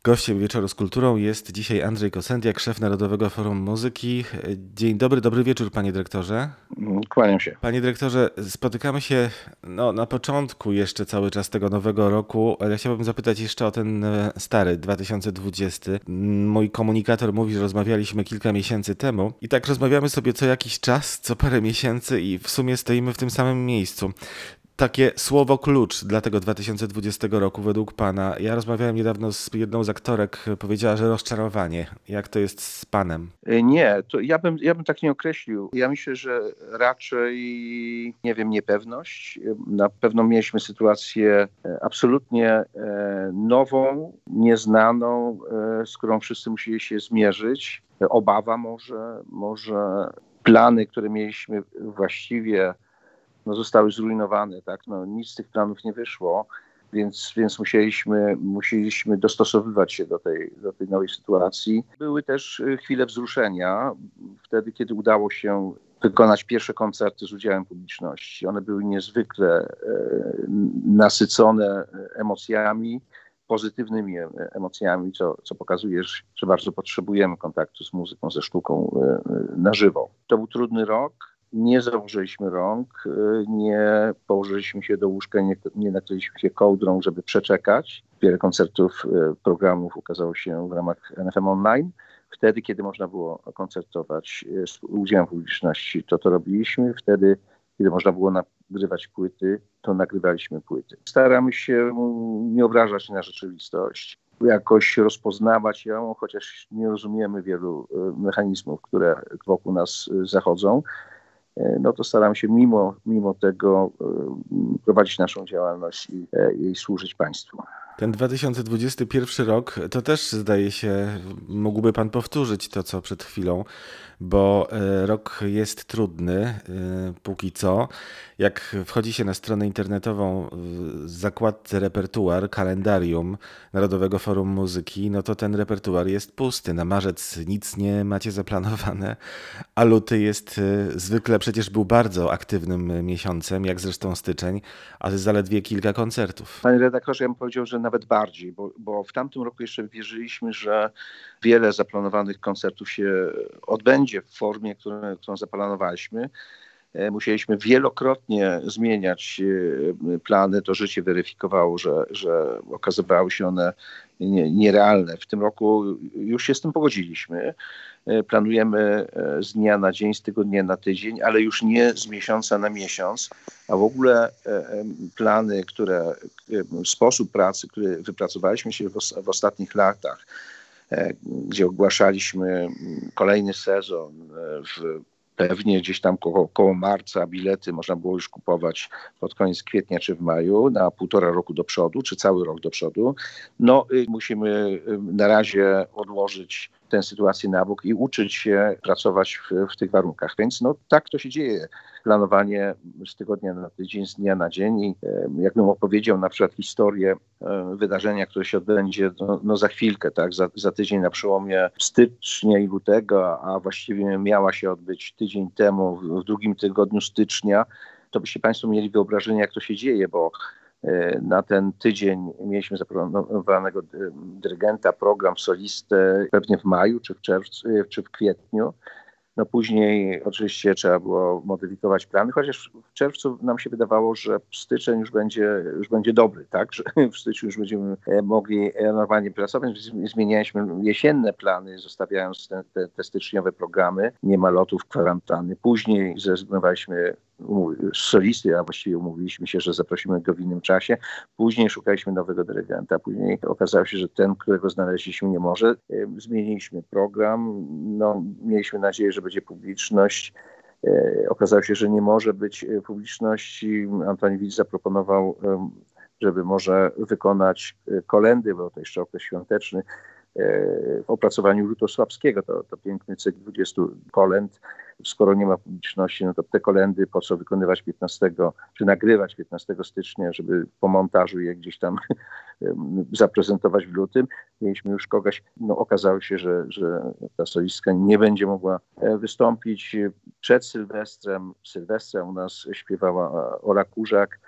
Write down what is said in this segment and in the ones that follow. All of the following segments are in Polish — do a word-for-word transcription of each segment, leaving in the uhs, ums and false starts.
Gościem Wieczoru z Kulturą jest dzisiaj Andrzej Kosendiak, szef Narodowego Forum Muzyki. Dzień dobry, dobry wieczór, panie dyrektorze. Kłaniam się. Panie dyrektorze, spotykamy się no, na początku jeszcze cały czas tego nowego roku, ale ja chciałbym zapytać jeszcze o ten e, stary, dwa tysiące dwudziesty. Mój komunikator mówi, że rozmawialiśmy kilka miesięcy temu i tak rozmawiamy sobie co jakiś czas, co parę miesięcy i w sumie stoimy w tym samym miejscu. Takie słowo klucz dla tego dwa tysiące dwudziestego roku według pana. Ja rozmawiałem niedawno z jedną z aktorek, powiedziała, że rozczarowanie. Jak to jest z panem? Nie, to ja bym, ja bym tak nie określił. Ja myślę, że raczej, nie wiem, niepewność. Na pewno mieliśmy sytuację absolutnie nową, nieznaną, z którą wszyscy musieli się zmierzyć. Obawa może, może plany, które mieliśmy właściwie no, zostały zrujnowane, tak? No, nic z tych planów nie wyszło, więc, więc musieliśmy, musieliśmy dostosowywać się do tej, do tej nowej sytuacji. Były też chwile wzruszenia, wtedy, kiedy udało się wykonać pierwsze koncerty z udziałem publiczności. One były niezwykle e, nasycone emocjami, pozytywnymi emocjami, co, co pokazuje, że bardzo potrzebujemy kontaktu z muzyką, ze sztuką e, na żywo. To był trudny rok. Nie założyliśmy rąk, nie położyliśmy się do łóżka, nie, nie nakryliśmy się kołdrą, żeby przeczekać. Wiele koncertów, programów ukazało się w ramach N F M Online. Wtedy, kiedy można było koncertować z udziałem publiczności, to to robiliśmy. Wtedy, kiedy można było nagrywać płyty, to nagrywaliśmy płyty. Staramy się nie obrażać na rzeczywistość, jakoś rozpoznawać ją, chociaż nie rozumiemy wielu mechanizmów, które wokół nas zachodzą. No to staramy się mimo, mimo tego prowadzić naszą działalność i, i służyć państwu. Ten dwa tysiące dwudziesty pierwszy rok to też zdaje się, mógłby pan powtórzyć to, co przed chwilą, bo rok jest trudny póki co. Jak wchodzi się na stronę internetową w zakładce repertuar, kalendarium Narodowego Forum Muzyki, no to ten repertuar jest pusty. Na marzec nic nie macie zaplanowane, a luty jest zwykle, przecież był bardzo aktywnym miesiącem, jak zresztą styczeń, ale zaledwie kilka koncertów. Panie redaktorze, ja bym powiedział, że nawet bardziej, bo, bo w tamtym roku jeszcze wierzyliśmy, że wiele zaplanowanych koncertów się odbędzie w formie, którą, którą zaplanowaliśmy. Musieliśmy wielokrotnie zmieniać plany. To życie weryfikowało, że, że okazywały się one nie, nierealne. W tym roku już się z tym pogodziliśmy. Planujemy z dnia na dzień, z tygodnia na tydzień, ale już nie z miesiąca na miesiąc, a w ogóle plany, które, sposób pracy, który wypracowaliśmy się w, w ostatnich latach, gdzie ogłaszaliśmy kolejny sezon w Pewnie gdzieś tam koło, koło marca bilety można było już kupować pod koniec kwietnia czy w maju na półtora roku do przodu, czy cały rok do przodu. No musimy na razie odłożyć tę sytuację na bok i uczyć się pracować w, w tych warunkach. Więc no tak to się dzieje. Planowanie z tygodnia na tydzień, z dnia na dzień i jakbym opowiedział na przykład historię wydarzenia, które się odbędzie no, no za chwilkę, tak, za, za tydzień na przełomie stycznia i lutego, a właściwie miała się odbyć tydzień temu, w drugim tygodniu stycznia, to byście państwo mieli wyobrażenie, jak to się dzieje, bo na ten tydzień mieliśmy zaplanowanego dyrygenta, program, solistę pewnie w maju, czy w czerwcu, czy w kwietniu. No później oczywiście trzeba było modyfikować plany, chociaż w czerwcu nam się wydawało, że styczeń już będzie, już będzie dobry, tak, że w styczniu już będziemy mogli normalnie pracować. Zmienialiśmy jesienne plany, zostawiając te, te, te styczniowe programy, nie ma lotów, kwarantanny. Później zrezygnowaliśmy z solisty, a właściwie umówiliśmy się, że zaprosimy go w innym czasie. Później szukaliśmy nowego dyrygenta. Później okazało się, że ten, którego znaleźliśmy, nie może. Zmieniliśmy program. No, mieliśmy nadzieję, że będzie publiczność. Okazało się, że nie może być publiczności. Antoni Widz zaproponował, żeby może wykonać kolędy, bo to jeszcze okres świąteczny, w opracowaniu Lutosławskiego. To, to piękny cykl dwudziestu kolęd. Skoro nie ma publiczności, no to te kolędy po co wykonywać piętnastego, czy nagrywać piętnastego stycznia, żeby po montażu je gdzieś tam zaprezentować w lutym. Mieliśmy już kogoś, no okazało się, że, że ta solistka nie będzie mogła wystąpić. Przed Sylwestrem, Sylwestrem u nas śpiewała Ola Kurzak.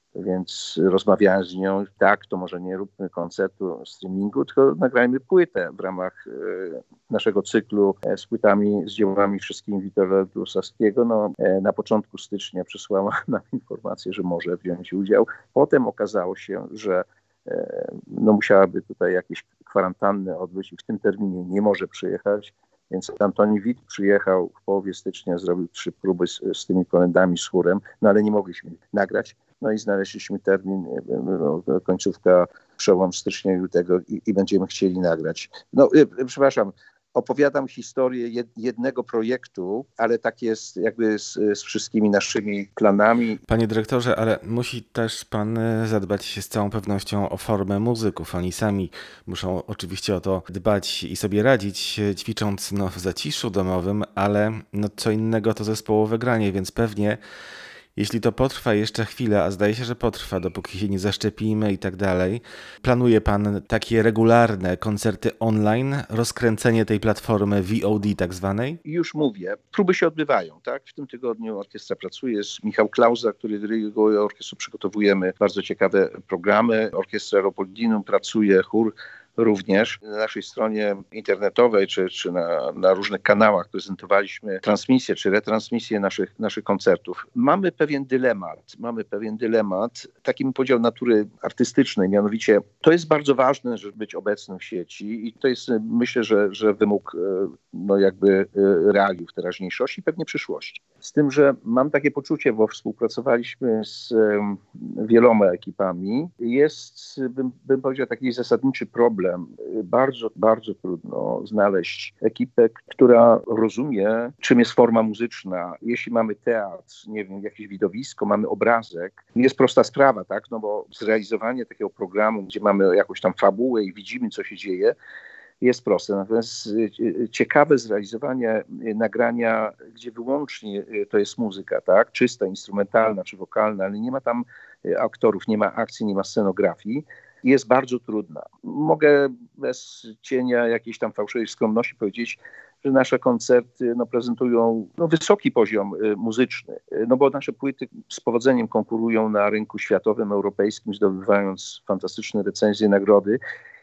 Więc rozmawiałem z nią, tak, to może nie róbmy koncertu streamingu, tylko nagrajmy płytę w ramach e, naszego cyklu e, z płytami, z dziełami wszystkimi Witolda Dusowskiego. No, e, na początku stycznia przysłała nam informację, że może wziąć udział. Potem okazało się, że e, no, musiałaby tutaj jakieś kwarantanny odbyć i w tym terminie nie może przyjechać. Więc Antoni Wit przyjechał w połowie stycznia, zrobił trzy próby z, z tymi kolendami, z chórem, no ale nie mogliśmy nagrać. No i znaleźliśmy termin, no, końcówka, przełom stycznia i lutego i, i będziemy chcieli nagrać. No, y, przepraszam, opowiadam historię jed, jednego projektu, ale tak jest jakby z, z wszystkimi naszymi planami. Panie dyrektorze, ale musi też pan zadbać z całą pewnością o formę muzyków. Oni sami muszą oczywiście o to dbać i sobie radzić, ćwicząc no, w zaciszu domowym, ale no, co innego to zespołowe granie, więc pewnie jeśli to potrwa jeszcze chwilę, a zdaje się, że potrwa, dopóki się nie zaszczepimy i tak dalej, planuje pan takie regularne koncerty online, rozkręcenie tej platformy V O D tak zwanej? Już mówię, próby się odbywają, tak? W tym tygodniu orkiestra pracuje, jest Michał Klauza, który dyryguje orkiestrą, przygotowujemy bardzo ciekawe programy. Orkiestra Leopoldinum pracuje, chór również. Na naszej stronie internetowej czy, czy na, na różnych kanałach prezentowaliśmy transmisje czy retransmisje naszych, naszych koncertów. Mamy pewien dylemat, mamy pewien dylemat, taki bym powiedział natury artystycznej, mianowicie to jest bardzo ważne, żeby być obecnym w sieci i to jest myślę, że, że wymóg no jakby realiów teraźniejszości i pewnie przyszłości. Z tym, że mam takie poczucie, bo współpracowaliśmy z wieloma ekipami, jest bym, bym powiedział taki zasadniczy problem. Bardzo, bardzo trudno znaleźć ekipę, która rozumie, czym jest forma muzyczna. Jeśli mamy teatr, nie wiem, jakieś widowisko, mamy obrazek, jest prosta sprawa, tak? No bo zrealizowanie takiego programu, gdzie mamy jakąś tam fabułę i widzimy, co się dzieje, jest proste. Natomiast ciekawe zrealizowanie nagrania, gdzie wyłącznie to jest muzyka, tak? Czysta, instrumentalna czy wokalna, ale nie ma tam aktorów, nie ma akcji, nie ma scenografii, jest bardzo trudna. Mogę bez cienia jakiejś tam fałszywej skromności powiedzieć, że nasze koncerty no, prezentują no, wysoki poziom y, muzyczny, y, no bo nasze płyty z powodzeniem konkurują na rynku światowym, europejskim, zdobywając fantastyczne recenzje, nagrody.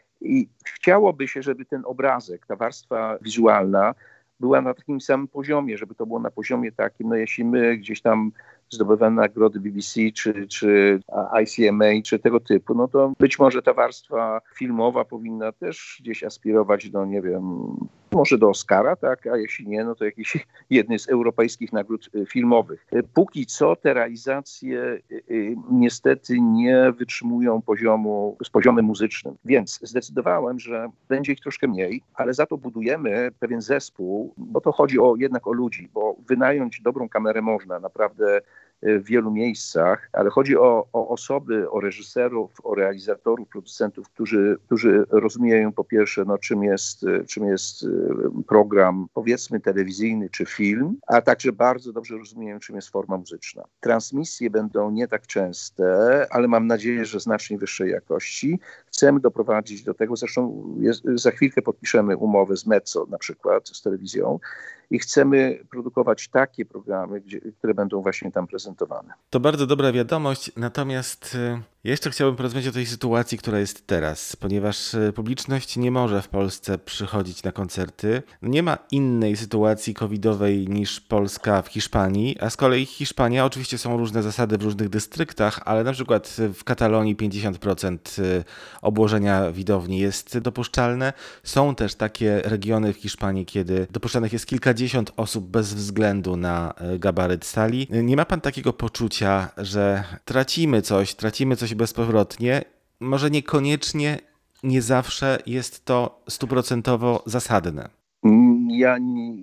I chciałoby się, żeby ten obrazek, ta warstwa wizualna była na takim samym poziomie, żeby to było na poziomie takim, no jeśli my gdzieś tam zdobywamy nagrody B B C czy, czy I C M A czy tego typu, no to być może ta warstwa filmowa powinna też gdzieś aspirować do, nie wiem, może do Oscara, tak, a jeśli nie, no to jakiś jednej z europejskich nagród filmowych. Póki co te realizacje niestety nie wytrzymują poziomu, z poziomem muzycznym, więc zdecydowałem, że będzie ich troszkę mniej, ale za to budujemy pewien zespół, bo to chodzi o, jednak o ludzi, bo wynająć dobrą kamerę można naprawdę w wielu miejscach, ale chodzi o, o osoby, o reżyserów, o realizatorów, producentów, którzy, którzy rozumieją po pierwsze, no, czym jest, czym jest program, powiedzmy telewizyjny czy film, a także bardzo dobrze rozumieją, czym jest forma muzyczna. Transmisje będą nie tak częste, ale mam nadzieję, że znacznie wyższej jakości. Chcemy doprowadzić do tego, zresztą jest, za chwilkę podpiszemy umowę z Mezzo na przykład, z telewizją i chcemy produkować takie programy, gdzie, które będą właśnie tam prezentowane. To bardzo dobra wiadomość, natomiast jeszcze chciałbym porozmawiać o tej sytuacji, która jest teraz, ponieważ publiczność nie może w Polsce przychodzić na koncerty. Nie ma innej sytuacji covidowej niż Polska w Hiszpanii, a z kolei Hiszpania, oczywiście są różne zasady w różnych dystryktach, ale na przykład w Katalonii pięćdziesiąt procent obłożenia widowni jest dopuszczalne. Są też takie regiony w Hiszpanii, kiedy dopuszczanych jest kilkadziesiąt osób bez względu na gabaryt sali. Nie ma pan takiego poczucia, że tracimy coś, tracimy coś bezpowrotnie? Może niekoniecznie, nie zawsze jest to stuprocentowo zasadne. Ja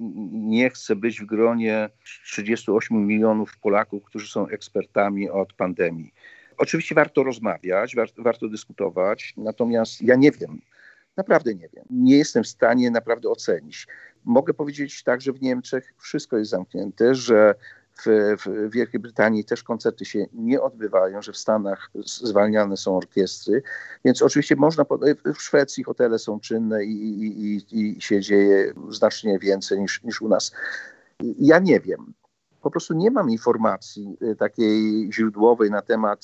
nie chcę być w gronie trzydziestu ośmiu milionów Polaków, którzy są ekspertami od pandemii. Oczywiście warto rozmawiać, warto, warto dyskutować, natomiast ja nie wiem, naprawdę nie wiem. Nie jestem w stanie naprawdę ocenić. Mogę powiedzieć tak, że w Niemczech wszystko jest zamknięte, że w, w Wielkiej Brytanii też koncerty się nie odbywają, że w Stanach zwalniane są orkiestry, więc oczywiście można, w Szwecji hotele są czynne i, i, i, i się dzieje znacznie więcej niż, niż u nas. Ja nie wiem. Po prostu nie mam informacji takiej źródłowej na temat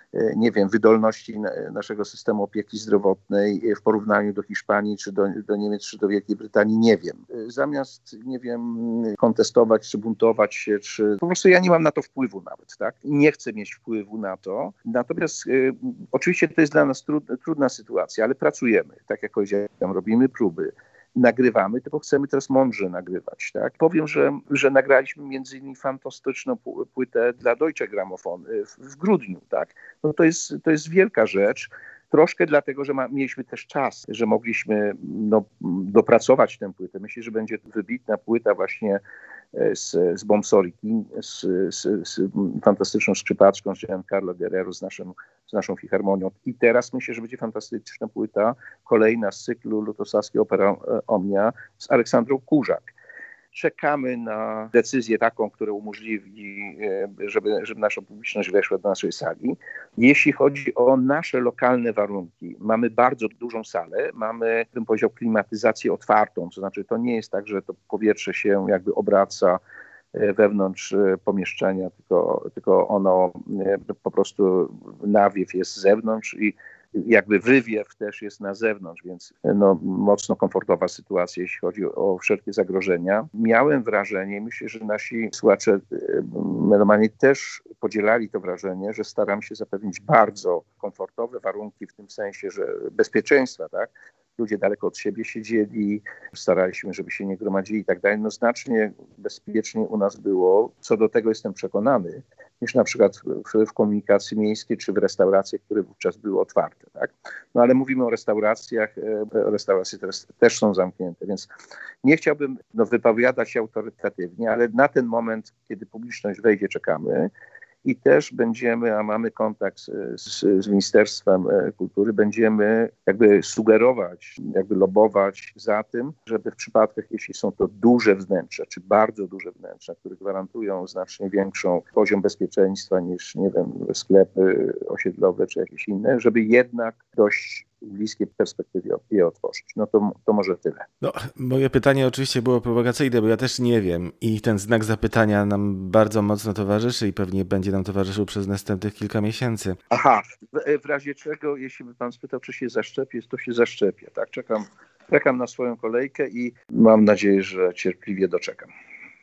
nie wiem, wydolności naszego systemu opieki zdrowotnej w porównaniu do Hiszpanii, czy do, do Niemiec, czy do Wielkiej Brytanii, nie wiem. Zamiast, nie wiem, kontestować, czy buntować się, czy po prostu ja nie mam na to wpływu nawet, tak? Nie chcę mieć wpływu na to. Natomiast y, oczywiście to jest dla nas trud, trudna sytuacja, ale pracujemy. Tak jak powiedziałem, robimy próby. Nagrywamy, tylko chcemy teraz mądrze nagrywać. Tak? Powiem, że, że nagraliśmy między innymi fantastyczną płytę dla Deutsche Grammophon w, w grudniu. Tak? No to jest, to jest wielka rzecz. Troszkę dlatego, że ma, mieliśmy też czas, że mogliśmy no, dopracować tę płytę. Myślę, że będzie wybitna płyta właśnie z, z Bomsoriki, z, z, z fantastyczną skrzypaczką, z Giancarlo Guerrero, z, naszym, z naszą filharmonią. I teraz myślę, że będzie fantastyczna płyta, kolejna z cyklu Lutosławskiej Opera Omnia z Aleksandrą Kurzak. Czekamy na decyzję taką, która umożliwi, żeby, żeby nasza publiczność weszła do naszej sali. Jeśli chodzi o nasze lokalne warunki, mamy bardzo dużą salę, mamy, bym powiedział, klimatyzację otwartą, to znaczy to nie jest tak, że to powietrze się jakby obraca wewnątrz pomieszczenia, tylko, tylko ono po prostu nawiew jest z zewnątrz i jakby wywiew też jest na zewnątrz, więc no, mocno komfortowa sytuacja, jeśli chodzi o wszelkie zagrożenia. Miałem wrażenie, myślę, że nasi słuchacze melomani też podzielali to wrażenie, że staram się zapewnić bardzo komfortowe warunki w tym sensie, że bezpieczeństwa, tak? Ludzie daleko od siebie siedzieli, staraliśmy, żeby się nie gromadzili i tak dalej. No znacznie bezpieczniej u nas było, co do tego jestem przekonany, niż na przykład w, w komunikacji miejskiej czy w restauracjach, które wówczas były otwarte. Tak? No ale mówimy o restauracjach, restauracje teraz też są zamknięte, więc nie chciałbym no, wypowiadać się autorytatywnie, ale na ten moment, kiedy publiczność wejdzie, czekamy. I też będziemy, a mamy kontakt z, z Ministerstwem Kultury, będziemy jakby sugerować, jakby lobować za tym, żeby w przypadkach, jeśli są to duże wnętrza, czy bardzo duże wnętrza, które gwarantują znacznie większą poziom bezpieczeństwa niż, nie wiem, sklepy osiedlowe czy jakieś inne, żeby jednak dość w bliskiej perspektywie je otworzyć. No to, to może tyle. No, moje pytanie oczywiście było prowokacyjne, bo ja też nie wiem i ten znak zapytania nam bardzo mocno towarzyszy i pewnie będzie nam towarzyszył przez następnych kilka miesięcy. Aha, w, w razie czego, jeśli by pan spytał, czy się zaszczepię, to się zaszczepię. Tak, czekam, czekam na swoją kolejkę i mam nadzieję, że cierpliwie doczekam.